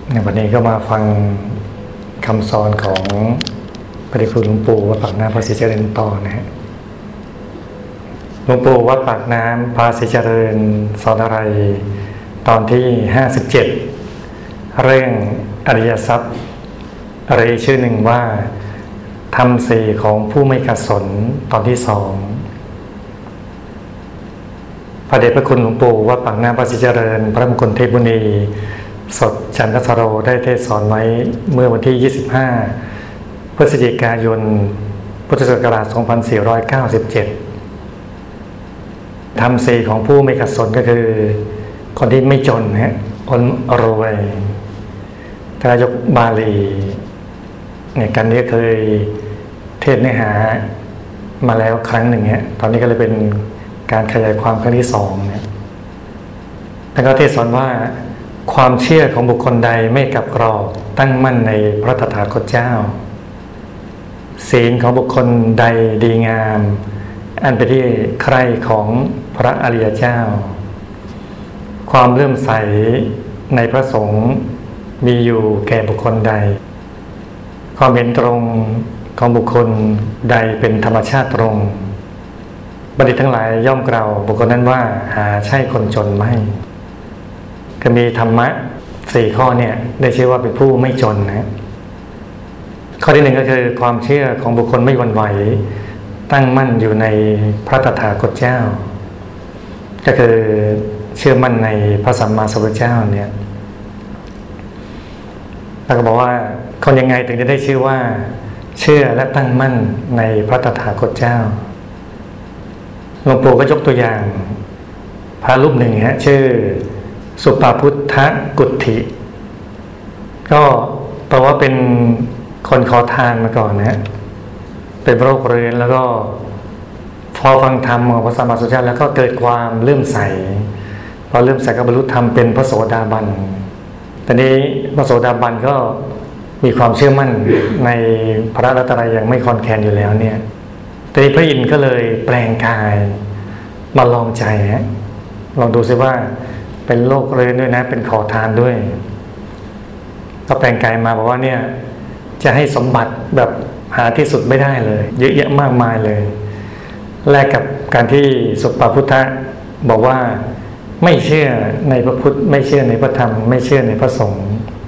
วันนี้ก็มาฟังคำสอนของพระเดชคุณหลวงปู่วัดปากน้ำภาษีเจริญต่อนะฮะหลวงปู่วัดปากน้ำภาษีเจริญสอนอะไรตอนที่57เรื่องอริยทรัพย์อะไรชื่อหนึ่งว่าธรรมสี่ของผู้ไม่ขัดสนตอนที่2พระเดชพระคุณหลวงปู่วัดปากน้ำภาษีเจริญพระมงคลเทพมุนีสดจันทสโรได้เทศสอนไว้เมื่อวันที่25พฤศจิกายนพุทธศักราช2497ธรรมสี่ของผู้ไม่ขัดสนก็คือคนที่ไม่จนคนรวยถ้ายกบาลีเนี่ยกันนี้เคยเทศเนื้อหามาแล้วครั้งหนึ่งตอนนี้ก็เลยเป็นการขยายความครั้งที่2เนี่ยท่านก็เทศสอนว่าความเชื่อของบุคคลใดไม่กับกรอบตั้งมั่นในพระตถาคตเจ้าศีลของบุคคลใดดีงามอันเป็นที่ใคร่ของพระอริยเจ้าความเลื่อมใสในพระสงฆ์มีอยู่แก่บุคคลใดความเห็นตรงของบุคคลใดเป็นธรรมชาติตรงบัณฑิตทั้งหลายย่อมกล่าวบุคคลนั้นว่าหาใช่คนจนไม่ก็มีธรรมะ4ข้อเนี่ยได้ชื่อว่าเป็นผู้ไม่จนนะข้อที่1ก็คือความเชื่อของบุคคลไม่หวั่นไหวตั้งมั่นอยู่ในพระตถาคตเจ้าก็คือเชื่อมั่นในพระสัมมาสัมพุทธเจ้าเนี่ยแล้วก็บอกว่าคนยังไงถึงจะได้ชื่อว่าเชื่อและตั้งมั่นในพระตถาคตเจ้าหลวงปู่ก็ยกตัวอย่างพระรูปหนึ่งชื่อสุปพุทธกุฏฐิก็แปลว่าเป็นคนขอทานมาก่อนเป็นโรคเรื้อนแล้วก็พอฟังธรรมของพระสัมมาสัมพุทธเจ้าแล้วก็เกิดความเลื่อมใสพอเลื่อมใสก็บรรลุธรรมเป็นพระโสดาบันตอนนี้พระโสดาบันก็มีความเชื่อมั่นในพระรัตนตรัยอย่างไม่คลอนแคลนอยู่แล้วเนี่ยตอนนี้พระอินทร์ก็เลยแปลงกายมาลองใจลองดูซิว่าเป็นโรคเรื้อนด้วยนะเป็นขอทานด้วยก็แปลงกายมาบอกว่าเนี่ยจะให้สมบัติแบบหาที่สุดไม่ได้เลยเยอะแยะมากมายเลยแลกกับการที่สุปพุทธะบอกว่าไม่เชื่อในพระพุทธไม่เชื่อในพระธรรมไม่เชื่อในพระสงฆ์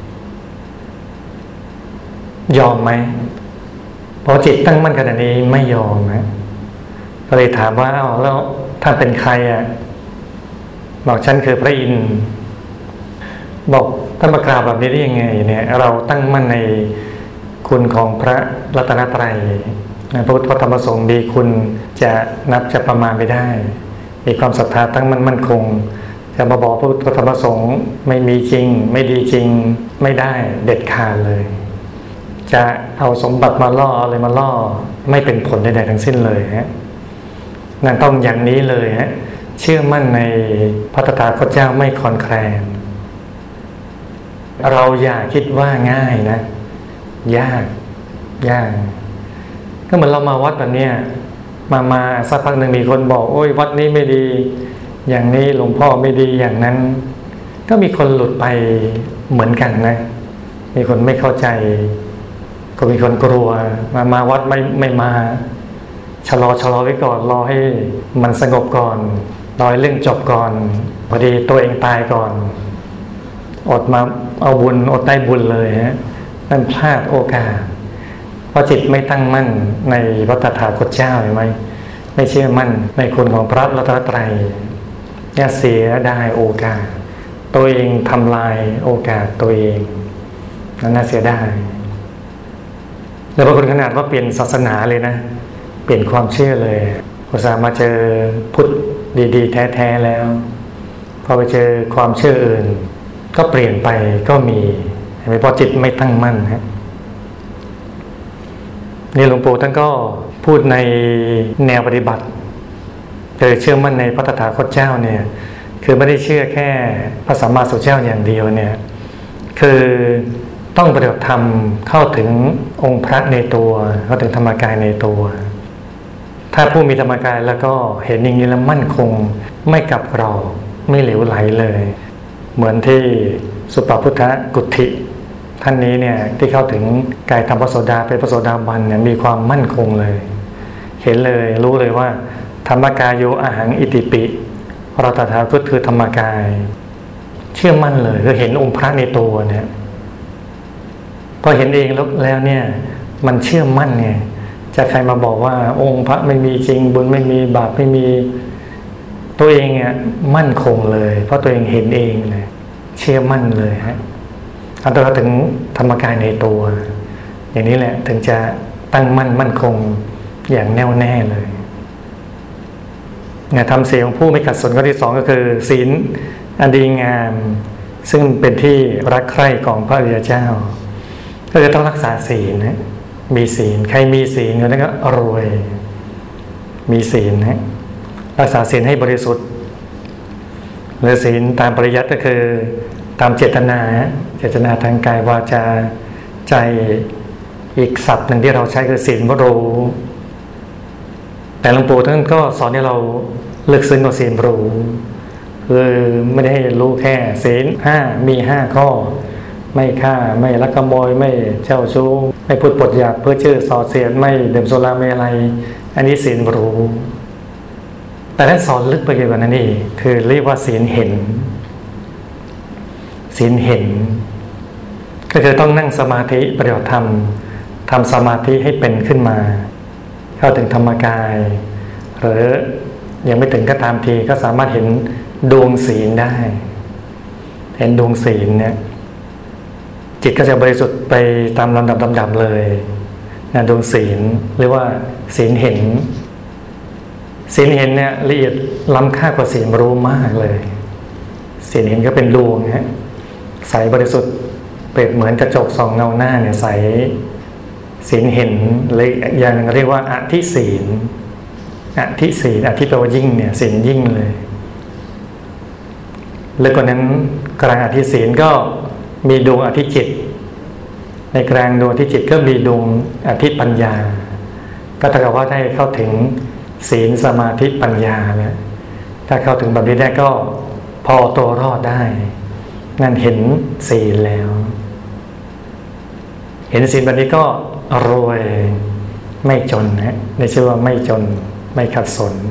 ยอมไหมพอจิตตั้งมั่นขนาดนี้ไม่ยอมก็เลยถามว่าอ้าวแล้วท่านเป็นใครบอกฉันคือพระอินทร์บอกท่านมากล่าวแบบนี้ได้ยังไงเนี่ยเราตั้งมั่นในคุณของพระรัตนตรัยพระพุทธพระธรรมพระสงฆ์มีคุณจะนับจะประมาณไม่ได้มีความศรัทธาตั้งมั่นคงจะมาบอกพระพุทธพระธรรมพระสงฆ์ไม่มีจริงไม่ดีจริงไม่ได้เด็ดขาดเลยจะเอาสมบัติมาล่ออะไรมาล่อไม่เป็นผลใดๆทั้งสิ้นเลยนั่นต้องอย่างนี้เลยเชื่อมั่นในพระตถาคตเจ้าไม่คลอนแคลนเราอย่าคิดว่าง่ายนะยากก็เหมือนเรามาวัดแบบนี้มาสักพักหนึ่งมีคนบอกโอ้ยวัดนี้ไม่ดีอย่างนี้หลวงพ่อไม่ดีอย่างนั้นก็มีคนหลุดไปเหมือนกันนะมีคนไม่เข้าใจก็มีคนกลัวมาวัดไม่มาชะลอไว้ก่อนรอให้มันสงบก่อนรอให้เรื่องจบก่อนพอดีตัวเองตายก่อนอดมาเอาบุญอดได้บุญเลยนั่นพลาดโอกาสเพราะจิตไม่ตั้งมั่นในพระตถาคตเจ้าเห็นไหมไม่เชื่อมั่นในคุณของพระรัตนตรัยอย่าเสียได้โอกาสตัวเองทำลายโอกาสตัวเองนั่นน่าเสียได้แล้วบางคนขนาดว่าเปลี่ยนศาสนาเลยนะเปลี่ยนความเชื่อเลยอุตส่าห์มาเจอพุทธดีๆแท้ๆแล้วพอไปเจอความเชื่ออื่นก็เปลี่ยนไปก็มีไม่พอจิตไม่ตั้งมั่นนี่หลวงปู่ท่านก็พูดในแนวปฏิบัติคือเชื่อมั่นในพระตถาคตเจ้าเนี่ยคือไม่ได้เชื่อแค่พระสัมมาสัมพุทธเจ้าอย่างเดียวเนี่ยคือต้องปฏิบัติธรรมเข้าถึงองค์พระในตัวเข้าถึงธรรมกายในตัวถ้าผู้มีธรรมกายแล้วก็เห็นอย่างนี้แล้วมั่นคงไม่กลับกรอกไม่เหลวไหลเลยเหมือนที่สุปพุทธกุฏฐิท่านนี้เนี่ยที่เข้าถึงกายธรรมพระโสดาเป็นพระโสดาบันเนี่ยมีความมั่นคงเลยเห็นเลยรู้เลยว่าธรรมกายโยอหังอิติปิเราตถาคตคือธรรมกายเชื่อมั่นเลยคือเห็นองค์พระในตัวเนี่ยพอเห็นเองแล้วเนี่ยมันเชื่อมั่นไงจะใครมาบอกว่าองค์พระไม่มีจริงบุญไม่มีบาปไม่มีตัวเองเนี่ยมั่นคงเลยเพราะตัวเองเห็นเองเลยเชื่อมั่นเลยฮะอันตรายถึงธรรมกายในตัวอย่างนี้แหละถึงจะตั้งมั่นคงอย่างแน่วแน่เลยเนี่ยทำศีลของผู้ไม่ขัดสนข้อที่สองก็คือศีลอันดีงามซึ่งเป็นที่รักใคร่ของพระอริยเจ้าก็คือต้องรักษาศีลนะมีศีลใครมีศีลคนนั้นก็รวยมีศีลนะรักษาศีลให้บริสุทธิ์หรือศีลตามปริยัติก็คือตามเจตนาทางกายวาจาใจอีกศัพท์หนึ่งที่เราใช้คือศีลวโรแต่หลวงปู่ท่านก็สอนให้เราลึกซึ้งกว่าศีลวโรคือไม่ได้ให้รู้แค่ศีล5มี5ข้อไม่ฆ่าไม่ลักขโมยไม่เจ้าชู้ไม่พูดปดหยาบเพ้อเจ้อส่อเสียดไม่ดื่มสุราเมลัยอันนี้ศีลวโรแต่ท่านสอนลึกไปกว่านั้นนี่คือเรียกว่าศีลเห็นศีลเห็นก็คือต้องนั่งสมาธิปฏิบัติธรรมทำสมาธิให้เป็นขึ้นมาเข้าถึงธรรมกายหรือยังไม่ถึงก็ตามทีก็สามารถเห็นดวงศีลได้เห็นดวงศีลเนี่ยจิตก็จะบริสุทธิ์ไปตามลำดับเลยนะดวงศีลเรียกว่าศีลเห็นศีลเห็นเนี่ยละเอียดล้ำค่ากว่าศีลรู้มากเลยศีลเห็นก็เป็นดวงฮะใสบริสุทธิ์เปรียบเหมือนกระจกส่องเงาหน้าเนี่ยใสศีลเห็นเลยอย่างนึงเรียกว่าอธิศีลอธิศีลอธิแปลว่ายิ่งเนี่ยศีลยิ่งเลยแล้วกว่านั้นกลางอธิศีลก็มีดวงอธิจิตในกลางดวงอธิจิตก็มีดวงอธิปัญญาก็เท่ากับว่าได้เข้าถึงศีลสมาธิปัญญาเนี่ยถ้าเข้าถึงแบบนี้ได้ก็พอตัวรอดได้นั่นเห็นศีลแล้วเห็นศีลแบบนี้ก็รวยไม่จนนะในชื่อว่าไม่จนไม่ขัดสน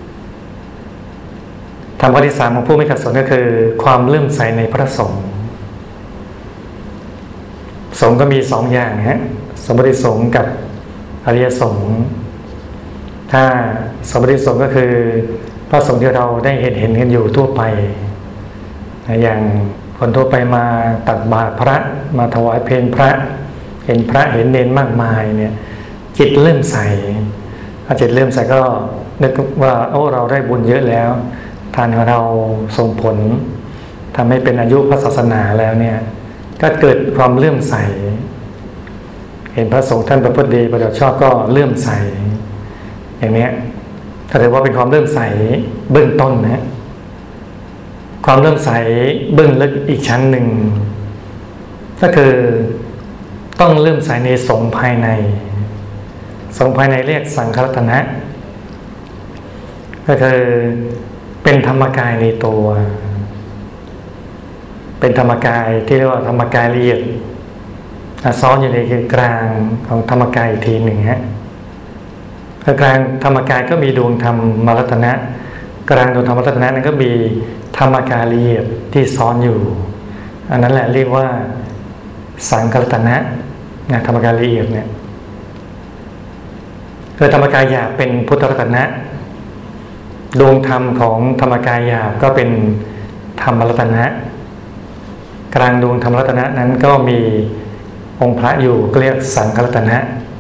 ธรรมข้อที่สามของผู้ไม่ขัดสนก็คือความเลื่อมใสในพระสงฆ์สงฆ์ก็มีสองอย่างฮะสมมติสงฆ์กับอริยสงฆ์ถ้าสมมติสงฆ์ก็คือพระสงฆ์ที่เราได้เห็นกันอยู่ทั่วไปอย่างคนทั่วไปมาตักบาตรพระมาถวายเพลพระเห็นพระเห็นเนรมากมายเนี่ยจิตเริ่มใสถ้าจิตเริ่มใสก็นึกว่าโอ้เราได้บุญเยอะแล้วทานของเราส่งผลทำให้เป็นอายุพระศาสนาแล้วเนี่ยก็เกิดความเลื่อมใสเห็นพระสงฆ์ท่านประพฤติดีปฏิบัติชอบก็เลื่อมใสอย่างนี้ก็ถือว่าเป็นความเลื่อมใสเบื้องต้นนะความเลื่อมใสเบื้องลึกอีกชั้นหนึ่งก็คือต้องเลื่อมใสในสงฆ์ภายในสงฆ์ภายในเรียกสังฆรัตนะก็คือเป็นธรรมกายในตัวเป็นธรรมกายที่เรียกว่าธรรมกายละเอียดซ้อนอยู่ในกลางของธรรมกายอีกทีหนึ่งฮะกลางธรรมกายก็มีดวงธรรมรัตนะกลางดวงธรรมรัตนะนั้นก็มีธรรมกายละเอียดที่ซ้อนอยู่อันนั้นแหละเรียกว่าสังฆรัตนะนะธรรมกายละเอียดเนี่ยคือธรรมกายหยาบเป็นพุทธรัตนะดวงธรรมของธรรมกายหยาบก็เป็นธรรมรัตนะกลางดวงธรรมรัตนะนั้นก็มีองค์พระอยู่ก็เรียกสังฆรัตนะ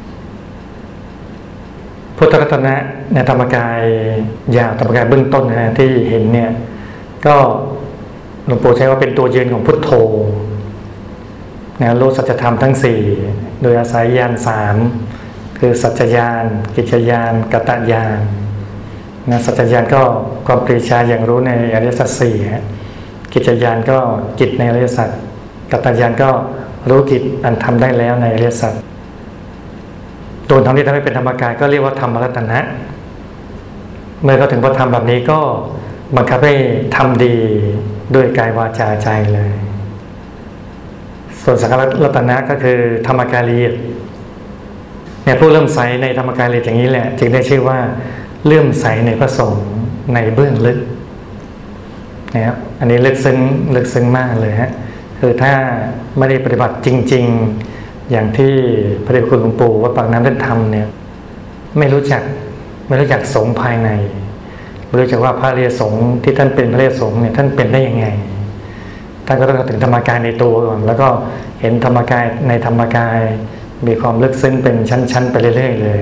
พุทธรัตนะในธรรมกายหยาบธรรมกายเบื้องต้นนะที่เห็นเนี่ยก็หลวงปู่ใช้ว่าเป็นตัวยืนของพุทโธนะรู้สัจธรรมทั้ง4โดยอาศัยญาณ3คือสัจจญาณกิจญาณกตญาณนะสัจจญาณก็ความปรีชาอย่างรู้ในอริยสัจ4กิจญาณก็จิตในอริยสัจกตญาณก็รู้กิจอันทำได้แล้วในอริยสัจตัวธรรมที่ทำให้เป็นธรรมกายก็เรียกว่าธรรมรัตนะเมื่อเขาถึงพระธรรมแบบนี้ก็บังคับให้ทำดีด้วยกายวาจาใจเลยส่วนสังฆรัตนะก็คือธรรมกายละเอียดเนี่ยผู้เลื่อมใสในธรรมกายละเอียดอย่างนี้แหละจึงได้ชื่อว่าเลื่อมใสในพระสงฆ์ในเบื้องลึกนะครับอันนี้ลึกซึ้งมากเลยฮะคือถ้าไม่ได้ปฏิบัติจริงๆอย่างที่พระเดชพระคุณหลวงปู่วัดปากน้ำท่านทำเนี่ยไม่รู้จักสงฆ์ภายในไม่รู้จักว่าพระอริยสงฆ์ที่ท่านเป็นพระอริยสงฆ์เนี่ยท่านเป็นได้ยังไงท่านก็ต้องถึงธรรมกายในตัวก่อนแล้วก็เห็นธรรมกายในธรรมกายมีความลึกซึ้งเป็นชั้นๆไปเรื่อยๆเลย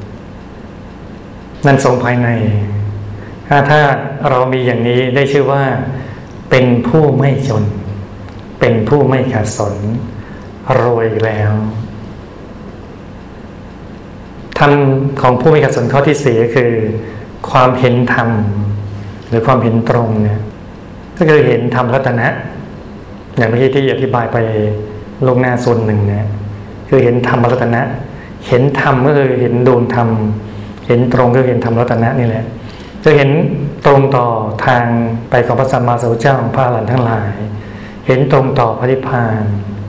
นั่นสงฆ์ภายในถ้าเรามีอย่างนี้ได้ชื่อว่าเป็นผู้ไม่จนเป็นผู้ไม่ขัดสนรวยแล้วธรรมของผู้ไม่ขัดสนข้อที่4ก็คือความเห็นธรรมหรือความเห็นตรงเนี่ยก็คือเห็นธรรมรัตนะอย่างเมื่อกี้ที่อธิบายไปลงหน้าส่วนหนึ่งเนี่ยคือเห็นธรรมรัตนะเห็นธรรมก็คือเห็นดวงธรรมเห็นตรงก็เห็นธรรมรัตนะนี่แหละจะเห็นตรงต่อทางไปของพระสัมมาสัมพุทธเจ้าของพระอรหันต์ทั้งหลายเห็นตรงต่อพระนิพพาน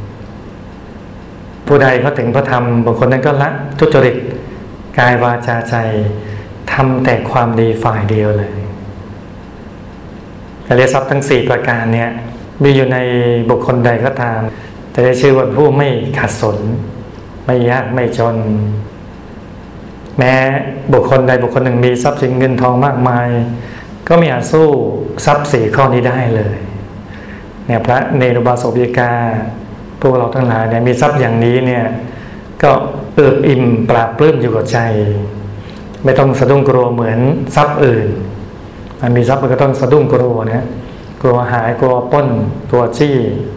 ผู้ใดเขาถึงพระธรรมบางคนนั้นก็ละทุจริตกายวาจาใจทำแต่ความดีฝ่ายเดียวเลยอริยทรัพย์ทั้ง4ประการเนี่ยมีอยู่ในบุคคลใดก็ตามจะได้ชื่อว่าผู้ไม่ขัดสนไม่ยากไม่จนแม้บุคคลใดบุคคลหนึ่งมีทรัพย์สินเงินทองมากมายก็ไม่อาจสู้ทรัพย์4ข้อนี้ได้เลยเนี่ยพระเนรุบาสกบิกาพวกเราทั้งหลายเนี่ยมีทรัพย์อย่างนี้เนี่ยก็เอิบอิ่มปราบปลื้มอยู่กับใจไม่ต้องสะดุ้งกลัวเหมือนทรัพย์อื่นมันมีทรัพย์มันก็ต้องสะดุ้งกลัวนะกลัวหายกลัวปล้นตัวจี้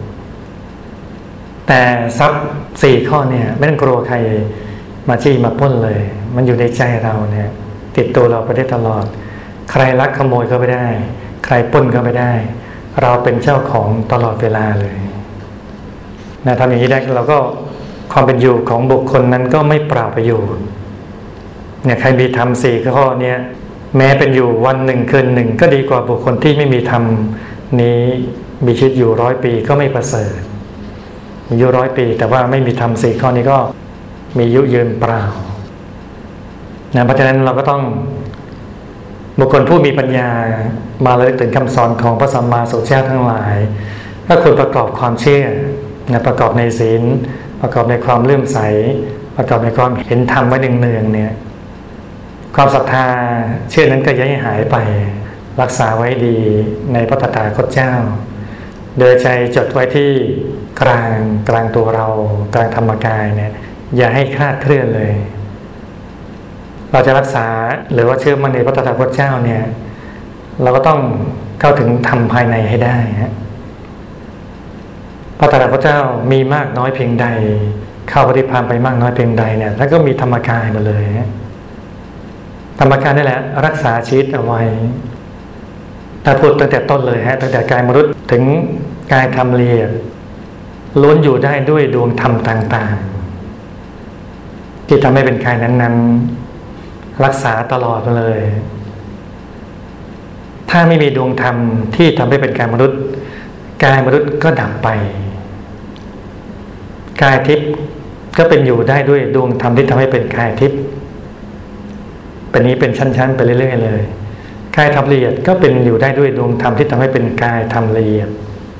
แต่ทรัพย์4ข้อเนี่ยไม่ต้องกลัวใครมาจี้มาปล้นเลยมันอยู่ในใจเราเนี่ยติดตัวเราไปได้ตลอดใครลักขโมยก็ไม่ได้ใครปล้นก็ไม่ได้เราเป็นเจ้าของตลอดเวลาเลยนะทำอย่างนี้ได้เราก็ความเป็นอยู่ของบุคคลนั้นก็ไม่เปล่าประโยชน์เนี่ยใครมีธรรม4ข้อเนี่ยแม้เป็นอยู่วันหนึ่งคืนหนึ่งก็ดีกว่าบุคคลที่ไม่มีธรรมนี้มีชีวิตอยู่100 ปีก็ไม่ประเสริฐมีอายุ100 ปีแต่ว่าไม่มีธรรม4ข้อนี้ก็มีอายุยืนเปล่านะเพราะฉะนั้นเราก็ต้องบุคคลผู้มีปัญญามาเลยถึงคำสอนของพระสัมมาสัมพุทธเจ้าทั้งหลายก็ควรประกอบความเชื่อนะประกอบในศีลประกอบในความเลื่อมใสประกอบในความเห็นธรรมไว้เนืองๆเนี่ยความศรัทธาเชื่อนั้นก็อย่าให้หายไปรักษาไว้ดีในพระตถาคตเจ้าโดยใจจดไว้ที่กลางตัวเรากลางธรรมกายเนี่ยอย่าให้คลาดเคลื่อนเลยเราจะรักษาหรือว่าเชื่อมั่นในพระตถาคตเจ้าเนี่ยเราก็ต้องเข้าถึงธรรมภายในให้ได้ฮะพระตถาคตเจ้ามีมากน้อยเพียงใดเข้าปฏิภาณไปมากน้อยเพียงใดเนี่ยแล้วก็มีธรรมกายมาเลยธรรมกายนี่แหละรักษาชีวิตเอาไว้ถ้าพูดตั้งแต่ต้นเลยฮะตั้งแต่กายมนุษย์ถึงกายธรรมละเอียดล้วนอยู่ได้ด้วยดวงธรรมต่างๆที่ทำให้เป็นกายนั้นๆรักษาตลอดเลยถ้าไม่มีดวงธรรมที่ทำให้เป็นกายมนุษย์กายมนุษย์ก็ดับไปกายทิพย์ก็เป็นอยู่ได้ด้วยดวงธรรมที่ทำให้เป็นกายทิพย์เป็นนี้เป็นชั้นๆไปเรื่อยๆเลยกายธรรมละเอียดก็เป็นอยู่ได้ด้วยดวงธรรมที่ทำให้เป็นกายธรรมละเอียด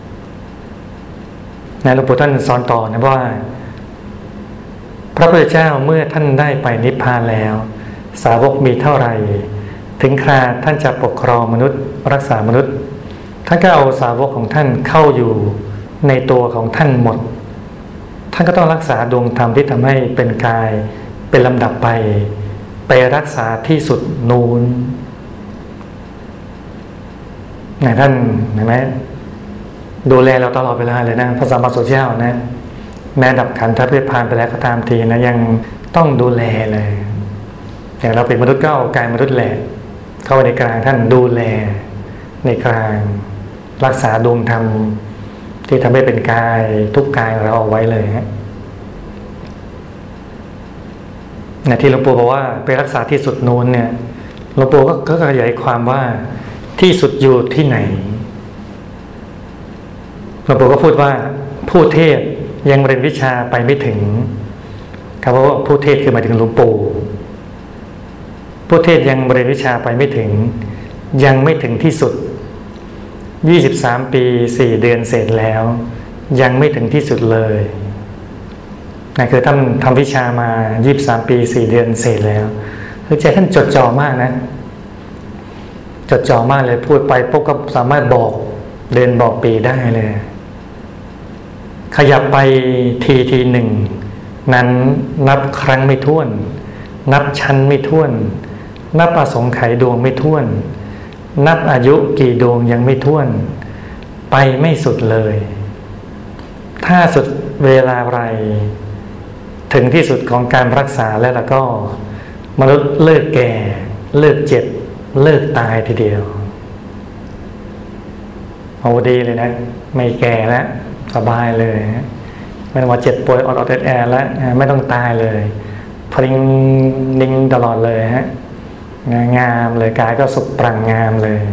หลวงปู่ท่านสอนต่อนะว่าพระพุทธเจ้าเมื่อท่านได้ไปนิพพานแล้วสาวกมีเท่าไหร่ถึงคราท่านจะปกครองมนุษย์รักษามนุษย์ท่านก็เอาสาวกของท่านเข้าอยู่ในตัวของท่านหมดท่านก็ต้องรักษาดวงธรรมที่ทำให้เป็นกายเป็นลำดับไปรักษาที่สุดนูนไหนท่านเห็นไหมดูแลเราตลอดเวลาเลยนะพระสัมมาสัมพุทธเจ้านะแม้ดับขันธปรินิพพานไปแล้วก็ตามทีนะยังต้องดูแลเลยอย่างเราเป็นมนุษย์ก็เอากายมนุษย์แหละเข้าในกลางท่านดูแลในกลางรักษาดวงธรรมที่ทำให้เป็นกายทุกกายเราเอาไว้เลยฮะที่หลวงปู่บอกว่าไปรักษาที่สุดนู้นเนี่ยหลวงปู่ก็ขยายความว่าที่สุดอยู่ที่ไหนหลวงปู่ก็พูดว่าผู้เทศยังเรียนวิชาไปไม่ถึงครับเพราะว่าผู้เทศคือหมายถึงหลวงปู่ผู้เทศยังเรียนวิชาไปไม่ถึงยังไม่ถึงที่สุด23 ปี 4 เดือนเสร็จแล้วยังไม่ถึงที่สุดเลยนั่นคือท่านทำวิชามา23 ปี 4 เดือนเสร็จแล้วคือใจท่านจดจ่อมากนะจดจ่อมากเลยพูดไปปุ๊บก็สามารถบอกเดินบอกปีได้เลยขยับไปทีหนึ่งนั้นนับครั้งไม่ถ้วนนับชั้นไม่ถ้วนนับอสงไขยดวงไม่ถ้วนนับอายุกี่ดวงยังไม่ถ้วนไปไม่สุดเลยถ้าสุดเวลาไรถึงที่สุดของการรักษาแล้วก็มนุษย์เลิกแก่เลิกเจ็บเลิกตายทีเดียวโอ้ดีเลยนะไม่แก่แล้วสบายเลยไม่ต้องมาเจ็บป่วยอดแอดแล้วไม่ต้องตายเลยพริ้งนิ่งตลอดเลยฮะงามเลยกายก็สุขปรั่งงามเลย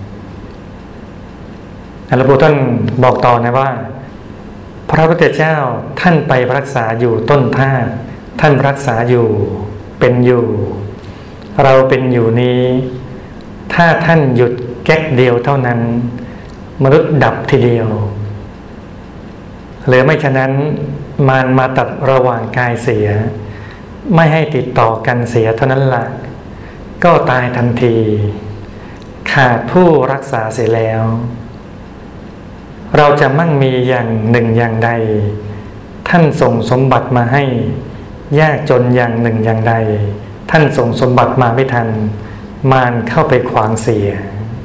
หลวงปู่ท่านบอกต่อนะว่าพระพุทธเจ้าท่านไปรักษาอยู่ต้นท่าท่านรักษาอยู่เป็นอยู่เราเป็นอยู่นี้ถ้าท่านหยุดแก๊กเดียวเท่านั้นมนุษย์ดับทีเดียวหรือไม่ฉะนั้นมารมาตัดระหว่างกายเสียไม่ให้ติดต่อกันเสียเท่านั้นละก็ตายทันทีขาดผู้รักษาเสียแล้วเราจะมั่งมีอย่างหนึ่งอย่างใดท่านส่งสมบัติมาให้ยากจนอย่างหนึ่งอย่างใดท่านส่งสมบัติมาไม่ทันมารเข้าไปขวางเสีย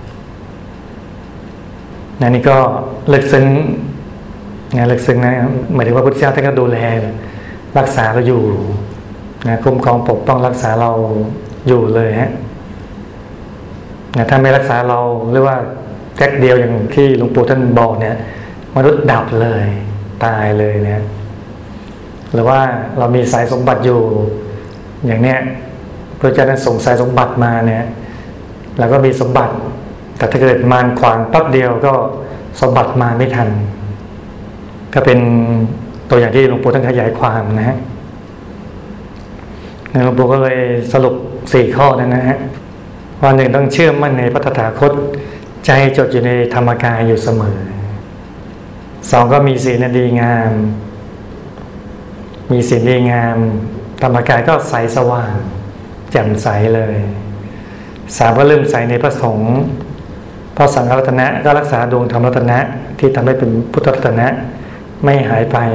นี่ก็ลึกซึ้งลึกซึ้งนะหมายถึงว่าพระพุทธเจ้าท่านก็ดูแลรักษาเราอยู่คุ้มครองปกป้องรักษาเราอยู่เลยฮะถ้าไม่รักษาเราหรือว่าแค่เดียวอย่างที่หลวงปู่ท่านบอกเนี่ยมนุษย์ดับเลยตายเลยเนี่ยหรือว่าเรามีสายสมบัติอยู่อย่างเนี้ยพระเจ้าท่านส่งสายสมบัติมาเนี่ยแล้วก็มีสมบัติแต่ถ้าเกิดมารขวางปั๊บเดียวก็สมบัติมาไม่ทันก็เป็นตัวอย่างที่หลวงปู่ท่านขยายความนะฮะหลวงปู่ก็เลยสรุป4 ข้อนั้นนะฮะว่า1ต้องเชื่อมั่นในพระตถาคตใจจดอยู่ในธรรมกายอยู่เสมอ2ก็มีศีลดีงามมีศีลดีงามธรรมกายก็ใสสว่างแจ่มใสเลย3ก็เริ่มใสในพระสงฆ์พระสังฆรัตนะก็รักษาดวงธรรมรัตนะที่ทำให้เป็นพุทธรัตนะไม่หายไป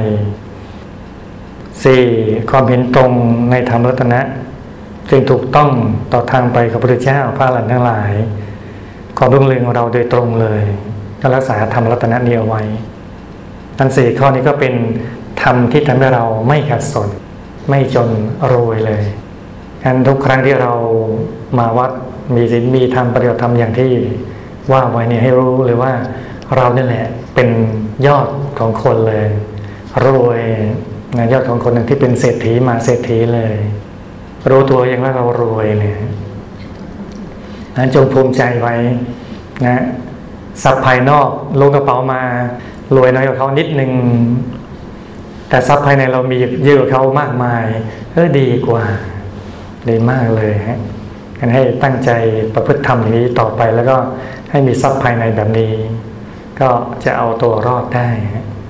4ความเห็นตรงในธรรมรัตนะจึงถูกต้องต่อทางไปของพระพุทธเจ้าพระอรหันต์ทั้งหลายความรุ่งเรืองของเราโดยตรงเลยก็รักษาธรรมรัตนะนี้เอาไว้ทั้ง4 ข้อนี้ก็เป็นธรรมที่ทำให้เราไม่ขัดสนไม่จนรวยเลยงั้นทุกครั้งที่เรามาวัดมีศีลมีธรรมปฏิบัติธรรมอย่างที่ว่าไว้เนี่ยให้รู้เลยว่าเราเนี่ยแหละเป็นยอดของคนเลยรวยนะยอดของคนหนึ่งที่เป็นเศรษฐีมาเศรษฐีเลยรู้ตัวอย่างว่าเรารวยเนี่ยนั้นจงภูมิใจไว้นะทรัพย์ภายนอกลงกระเป๋ามารวยน้อยกว่าเขานิดนึงแต่ทรัพย์ภายในเรามีเยอะกว่าเขามากมายดีกว่าดีมากเลยฮะงั้นให้ตั้งใจประพฤติธรรมอย่างนี้ต่อไปแล้วก็ให้มีทรัพย์ภายในแบบนี้ก็จะเอาตัวรอดได้